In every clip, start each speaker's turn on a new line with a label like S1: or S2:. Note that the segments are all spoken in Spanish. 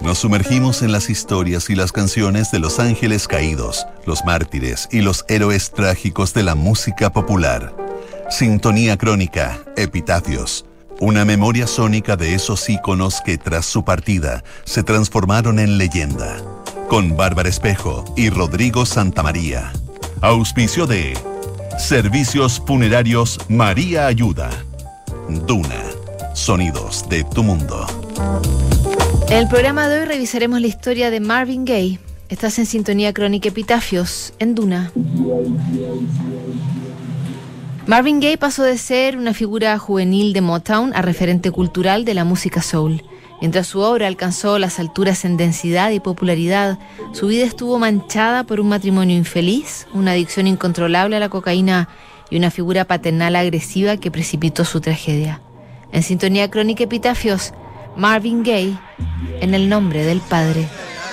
S1: Nos sumergimos en las historias y las canciones de los ángeles caídos, los mártires y los héroes trágicos de la música popular. Sintonía crónica, epitafios. Una memoria sónica de esos íconos que tras su partida se transformaron en leyenda. Con Bárbara Espejo y Rodrigo Santamaría. Auspicio de Servicios Funerarios María Ayuda. Duna. Sonidos de tu mundo.
S2: En el programa de hoy revisaremos la historia de Marvin Gaye. Estás en Sintonía Crónica Epitafios, en Duna. Marvin Gaye pasó de ser una figura juvenil de Motown a referente cultural de la música soul. Mientras su obra alcanzó las alturas en densidad y popularidad, su vida estuvo manchada por un matrimonio infeliz, una adicción incontrolable a la cocaína y una figura paternal agresiva que precipitó su tragedia. En Sintonía Crónica Epitafios, Marvin Gaye, en el nombre del Padre.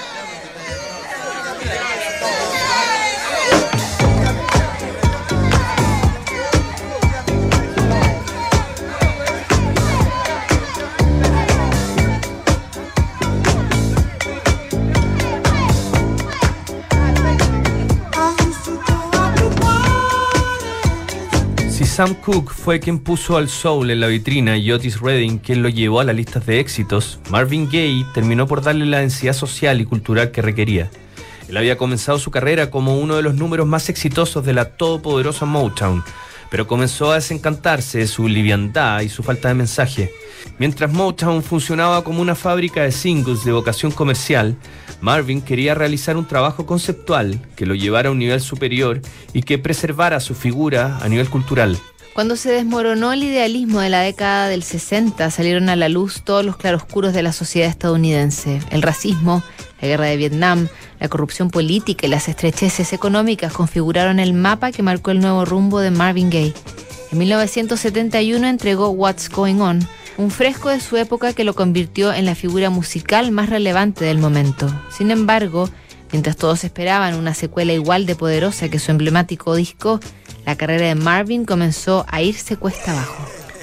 S3: Sam Cooke fue quien puso al soul en la vitrina y Otis Redding quien lo llevó a las listas de éxitos. Marvin Gaye terminó por darle la densidad social y cultural que requería. Él había comenzado su carrera como uno de los números más exitosos de la todopoderosa Motown, pero comenzó a desencantarse de su liviandad y su falta de mensaje. Mientras Motown funcionaba como una fábrica de singles de vocación comercial, Marvin quería realizar un trabajo conceptual que lo llevara a un nivel superior y que preservara su figura a nivel cultural.
S2: Cuando se desmoronó el idealismo de la década del 60, salieron a la luz todos los claroscuros de la sociedad estadounidense. El racismo, la guerra de Vietnam, la corrupción política y las estrecheces económicas configuraron el mapa que marcó el nuevo rumbo de Marvin Gaye. En 1971 entregó What's Going On, un fresco de su época que lo convirtió en la figura musical más relevante del momento. Sin embargo, mientras todos esperaban una secuela igual de poderosa que su emblemático disco, la carrera de Marvin comenzó a irse cuesta abajo.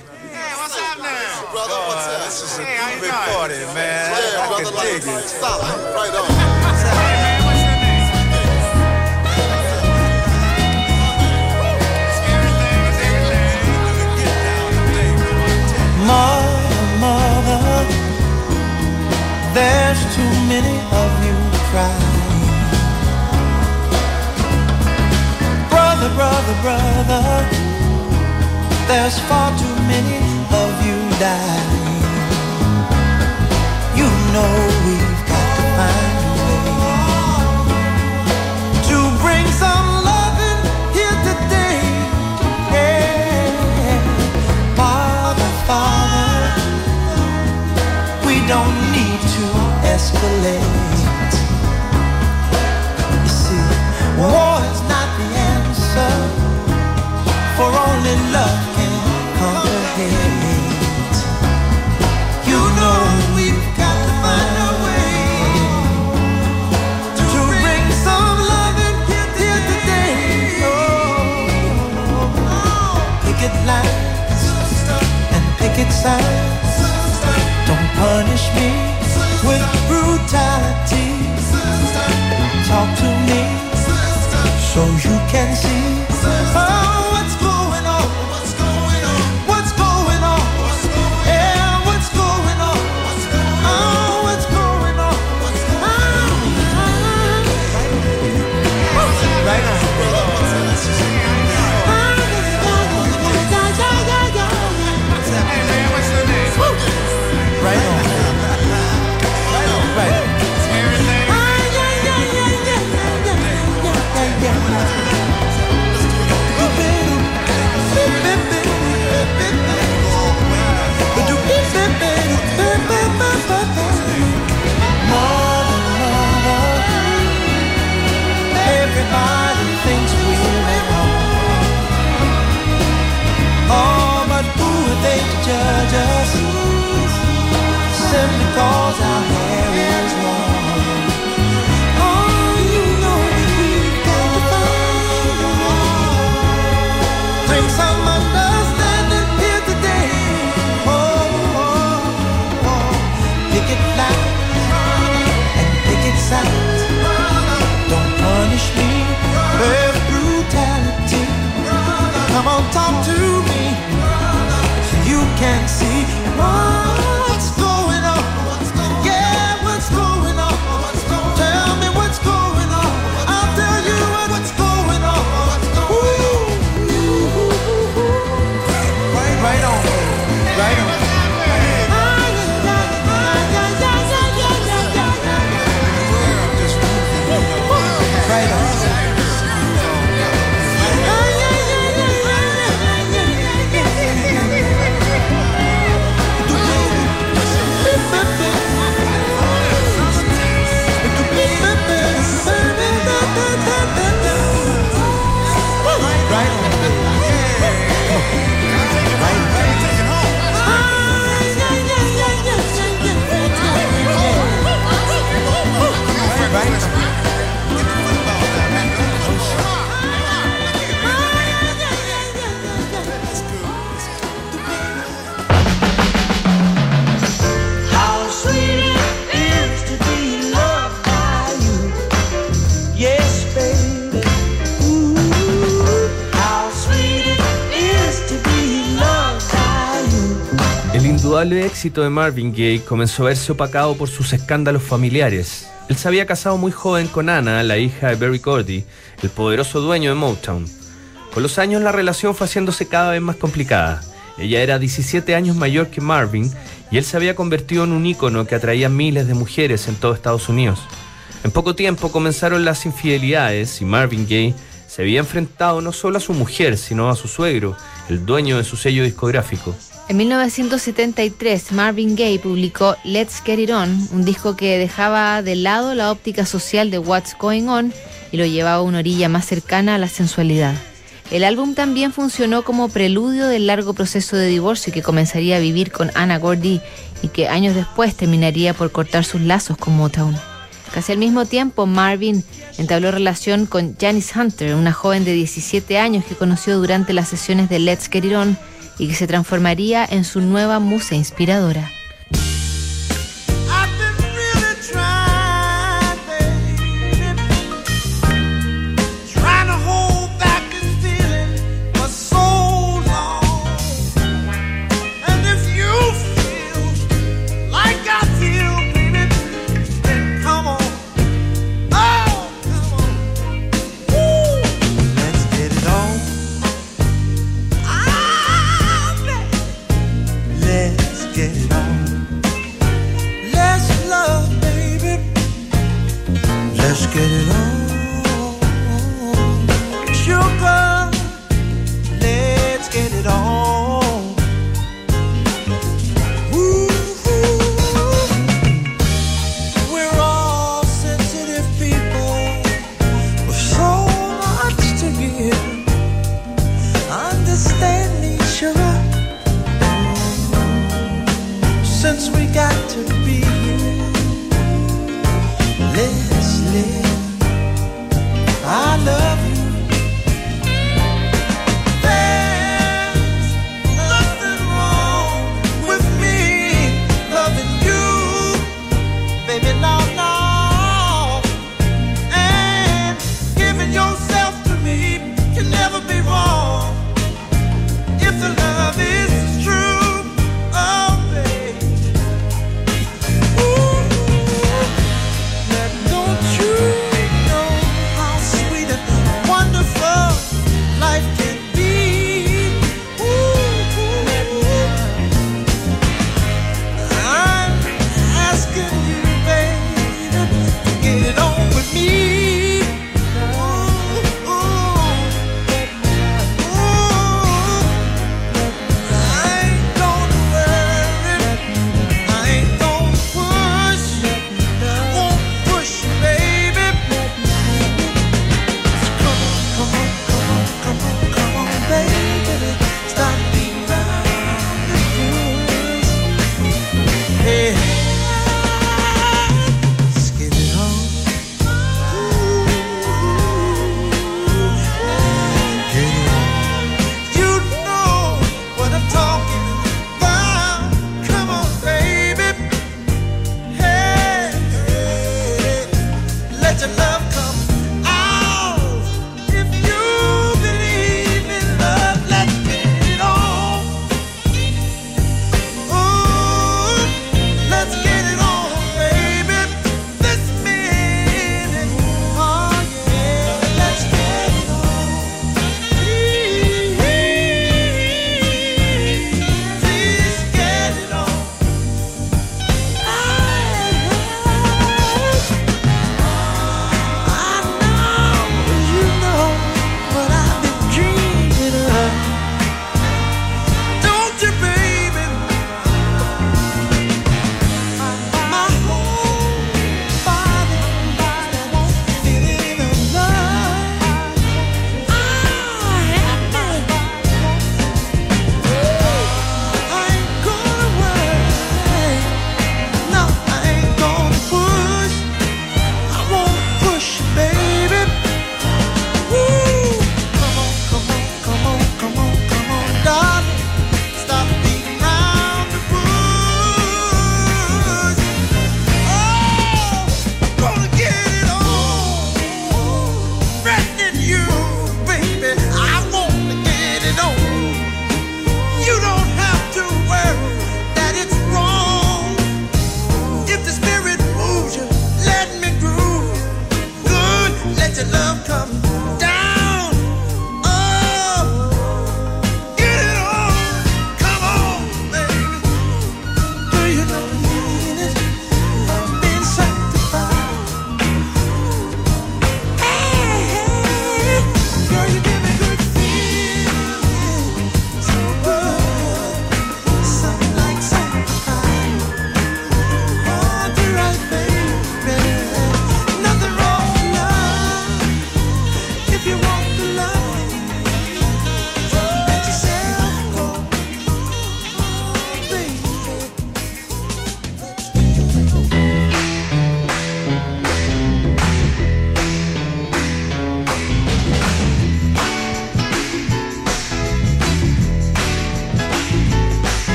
S4: Mother, there's too many of you crying. Brother, brother, brother, there's far too many of you dying. You know we've got to find a way to bring some loving here today. Yeah. Father, we don't need to escalate. You see, war is not the answer, for only love can conquer hate. You know we've got to find a way to bring some loving here today. Oh, picket lines and picket signs. Don't punish me with brutality. Talk to me so you can see. Oh, what's going on? What's going on? What's going on? Yeah, what's going on? Oh, what's going on? Right on. Right on. Right on.
S3: indudable éxito de Marvin Gaye comenzó a verse opacado por sus escándalos familiares. Él se había casado muy joven con Anna, la hija de Berry Gordy, el poderoso dueño de Motown. Con los años la relación fue haciéndose cada vez más complicada. Ella era 17 años mayor que Marvin y él se había convertido en un ícono que atraía miles de mujeres en todo Estados Unidos. En poco tiempo comenzaron las infidelidades y Marvin Gaye se había enfrentado no solo a su mujer, sino a su suegro, el dueño de su sello discográfico.
S2: En 1973, Marvin Gaye publicó Let's Get It On, un disco que dejaba de lado la óptica social de What's Going On y lo llevaba a una orilla más cercana a la sensualidad. El álbum también funcionó como preludio del largo proceso de divorcio que comenzaría a vivir con Anna Gordy y que años después terminaría por cortar sus lazos con Motown. Casi al mismo tiempo, Marvin entabló relación con Janice Hunter, una joven de 17 años que conoció durante las sesiones de Let's Get It On y que se transformaría en su nueva musa inspiradora.
S4: Let's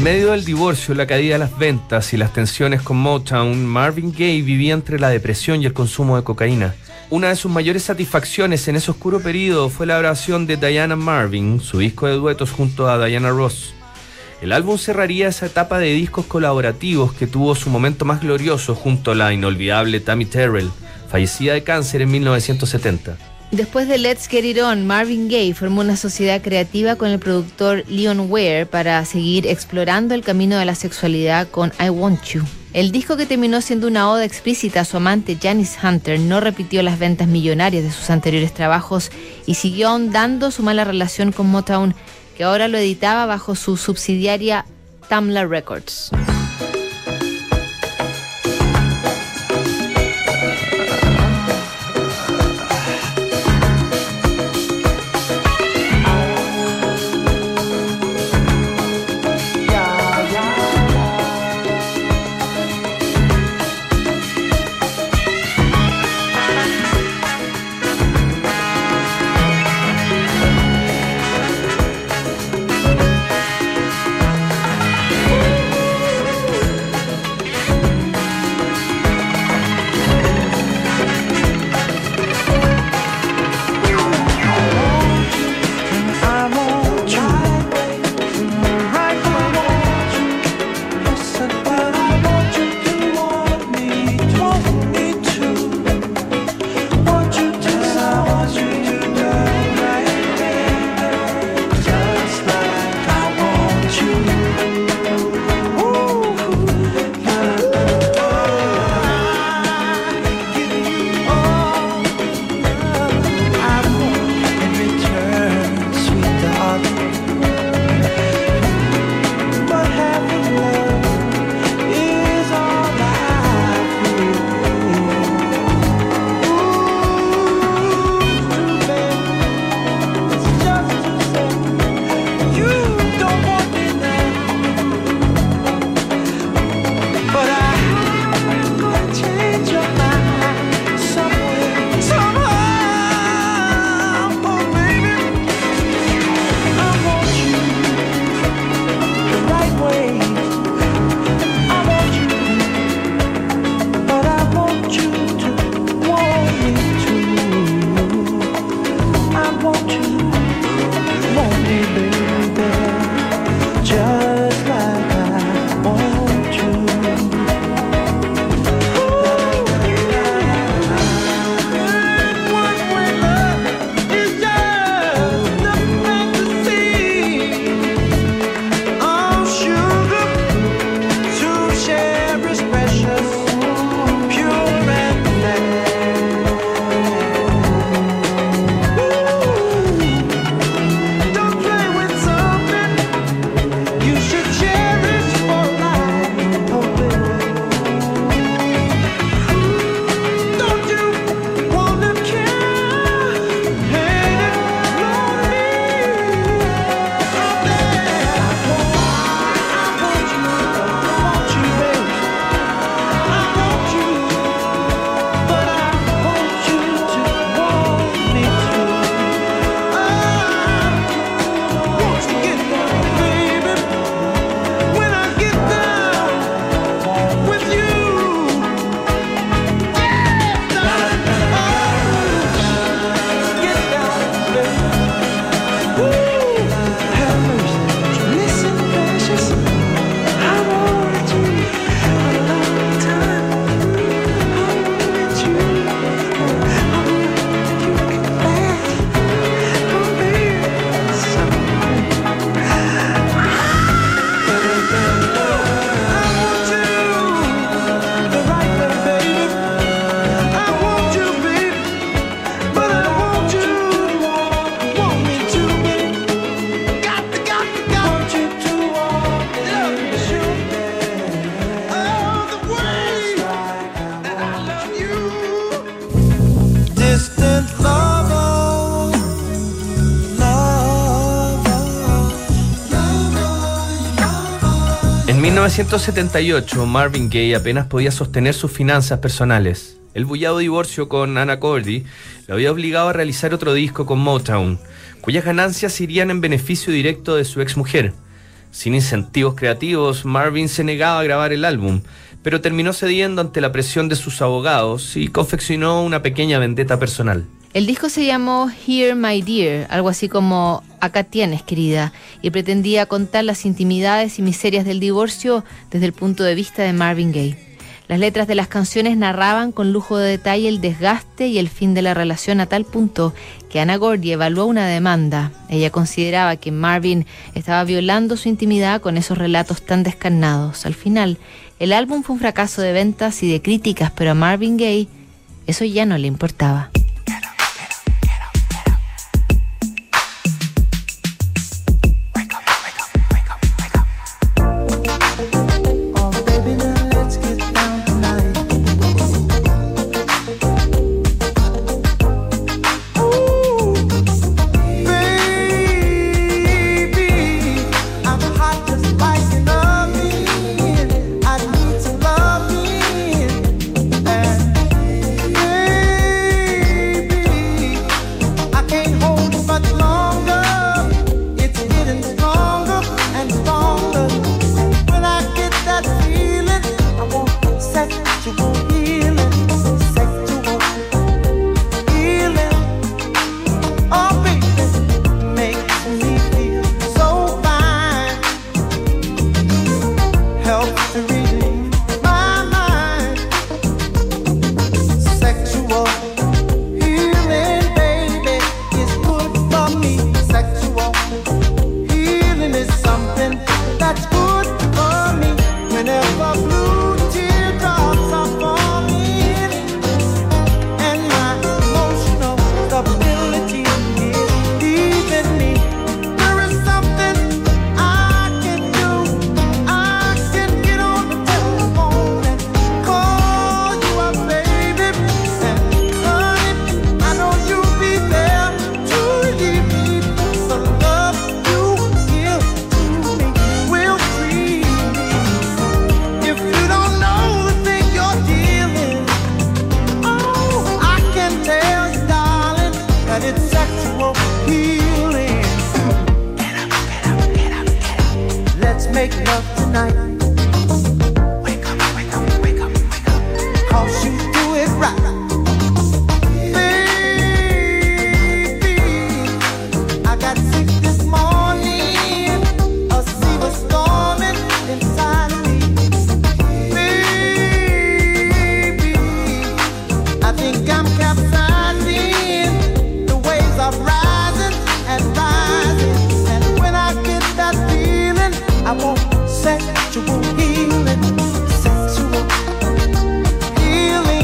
S3: medio del divorcio, la caída de las ventas y las tensiones con Motown, Marvin Gaye vivía entre la depresión y el consumo de cocaína. Una de sus mayores satisfacciones en ese oscuro periodo fue la grabación de Diana Marvin, su disco de duetos junto a Diana Ross. El álbum cerraría esa etapa de discos colaborativos que tuvo su momento más glorioso junto a la inolvidable Tammy Terrell, fallecida de cáncer en 1970.
S2: Después de Let's Get It On, Marvin Gaye formó una sociedad creativa con el productor Leon Ware para seguir explorando el camino de la sexualidad con I Want You. El disco, que terminó siendo una oda explícita a su amante Janice Hunter, no repitió las ventas millonarias de sus anteriores trabajos y siguió ahondando su mala relación con Motown, que ahora lo editaba bajo su subsidiaria Tamla Records.
S3: En 1978, Marvin Gaye apenas podía sostener sus finanzas personales. El bullado divorcio con Anna Cordy lo había obligado a realizar otro disco con Motown, cuyas ganancias irían en beneficio directo de su exmujer. Sin incentivos creativos, Marvin se negaba a grabar el álbum, pero terminó cediendo ante la presión de sus abogados y confeccionó una pequeña vendetta personal.
S2: El disco se llamó Here My Dear, algo así como Acá tienes, querida, y pretendía contar las intimidades y miserias del divorcio desde el punto de vista de Marvin Gaye. Las letras de las canciones narraban con lujo de detalle el desgaste y el fin de la relación a tal punto que Anna Gordy evaluó una demanda. Ella consideraba que Marvin estaba violando su intimidad con esos relatos tan descarnados. Al final, el álbum fue un fracaso de ventas y de críticas, pero a Marvin Gaye eso ya no le importaba.
S4: Sexual healing,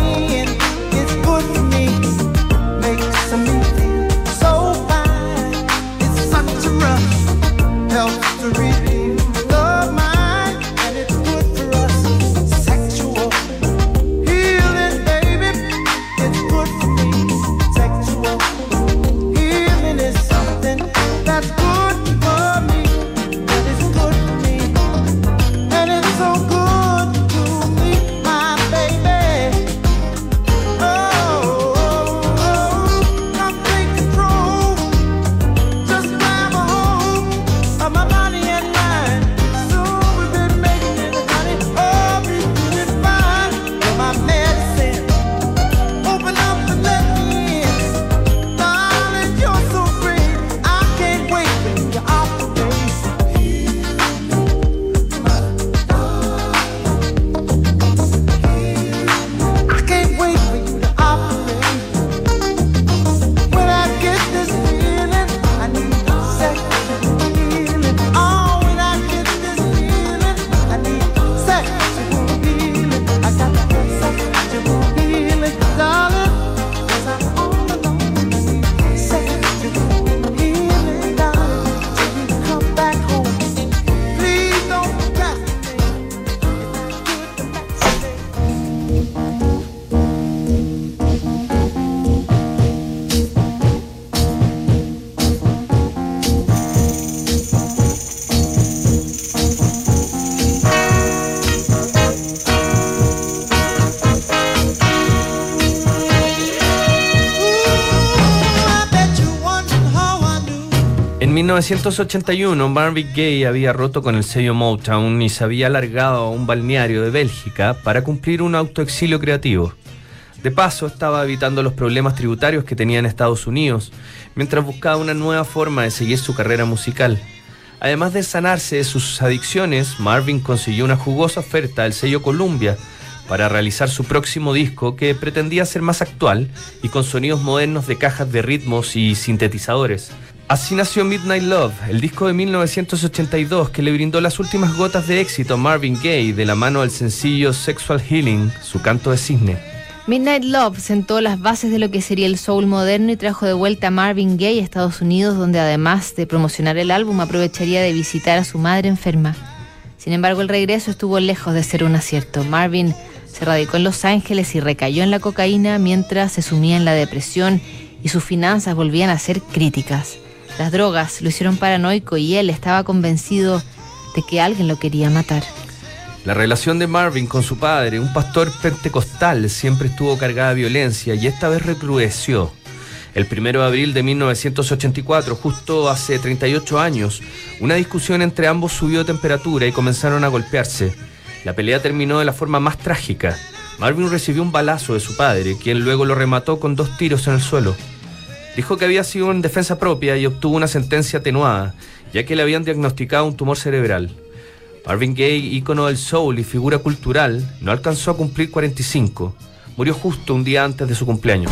S3: En 1981, Marvin Gaye había roto con el sello Motown y se había largado a un balneario de Bélgica para cumplir un autoexilio creativo. De paso, estaba evitando los problemas tributarios que tenía en Estados Unidos, mientras buscaba una nueva forma de seguir su carrera musical. Además de sanarse de sus adicciones, Marvin consiguió una jugosa oferta del sello Columbia para realizar su próximo disco, que pretendía ser más actual y con sonidos modernos de cajas de ritmos y sintetizadores. Así nació Midnight Love, el disco de 1982 que le brindó las últimas gotas de éxito a Marvin Gaye de la mano del sencillo Sexual Healing, su canto de cisne.
S2: Midnight Love sentó las bases de lo que sería el soul moderno y trajo de vuelta a Marvin Gaye a Estados Unidos, donde además de promocionar el álbum aprovecharía de visitar a su madre enferma. Sin embargo, el regreso estuvo lejos de ser un acierto. Marvin se radicó en Los Ángeles y recayó en la cocaína mientras se sumía en la depresión y sus finanzas volvían a ser críticas. Las drogas lo hicieron paranoico y él estaba convencido de que alguien lo quería matar.
S3: La relación de Marvin con su padre, un pastor pentecostal, siempre estuvo cargada de violencia y esta vez recrudeció. El 1 de abril de 1984, justo hace 38 años, una discusión entre ambos subió de temperatura y comenzaron a golpearse. La pelea terminó de la forma más trágica. Marvin recibió un balazo de su padre, quien luego lo remató con 2 tiros en el suelo. Dijo que había sido en defensa propia y obtuvo una sentencia atenuada, ya que le habían diagnosticado un tumor cerebral. Marvin Gaye, ícono del soul y figura cultural, no alcanzó a cumplir 45. Murió justo un día antes de su cumpleaños.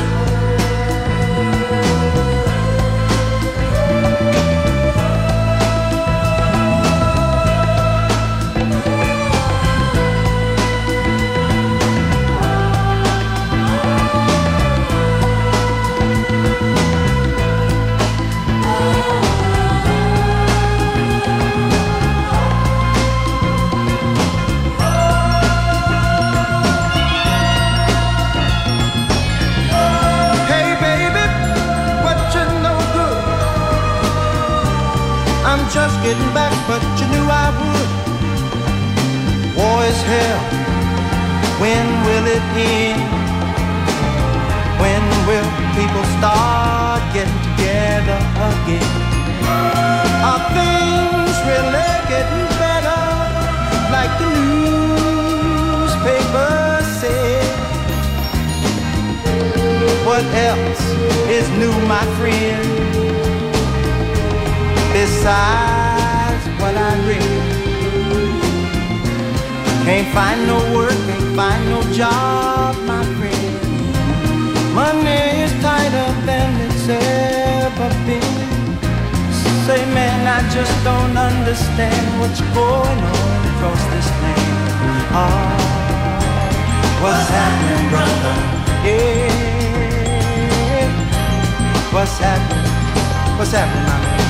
S4: Just getting back, but you knew I would. War is hell. When will it end? When will people start getting together again? Are things really getting better? Like the newspapers say. What else is new, my friend? Besides what I read, can't find no work, can't find no job, my friend. Money is tighter than it's ever been. Say, man, I just don't understand what's going on across this land. Oh, what's happening, brother? Yeah, what's happening? What's happening, my man?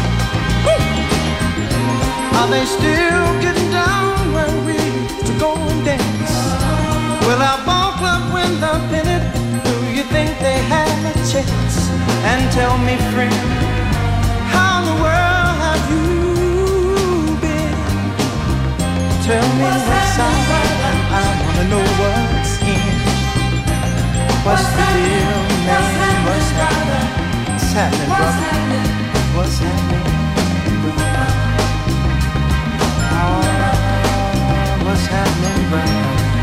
S4: Are they still getting down where we used to go and dance? Will our ball club win the pennant? Do you think they have a chance? And tell me, friend, how in the world have you been? Tell me what's up, I wanna know what's in. What's the deal, man? What's happening? What's happening, brother? What's happening? What's happening, brother?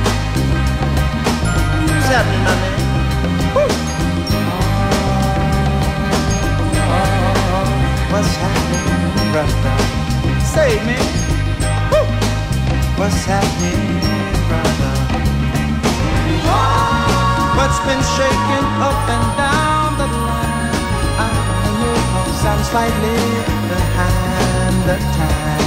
S4: What's happening, my man? What's happening, brother? Say, man. What's happening, brother? What's been shaking up and down the line? I know 'cause I'm slightly behind the time.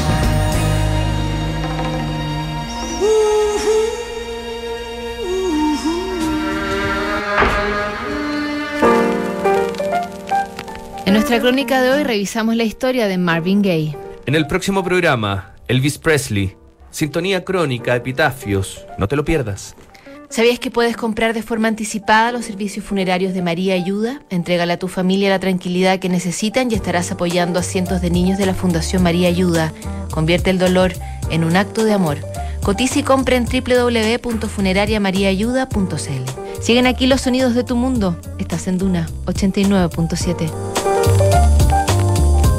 S2: En nuestra crónica de hoy revisamos la historia de Marvin Gaye.
S3: En el próximo programa, Elvis Presley, Sintonía Crónica, Epitafios. No te lo pierdas.
S2: ¿Sabías que puedes comprar de forma anticipada los servicios funerarios de María Ayuda? Entrégale a tu familia la tranquilidad que necesitan y estarás apoyando a cientos de niños de la Fundación María Ayuda. Convierte el dolor en un acto de amor. Cotiza y compra en www.funerariamariaayuda.cl. Siguen aquí los sonidos de tu mundo. Estás en Duna 89.7.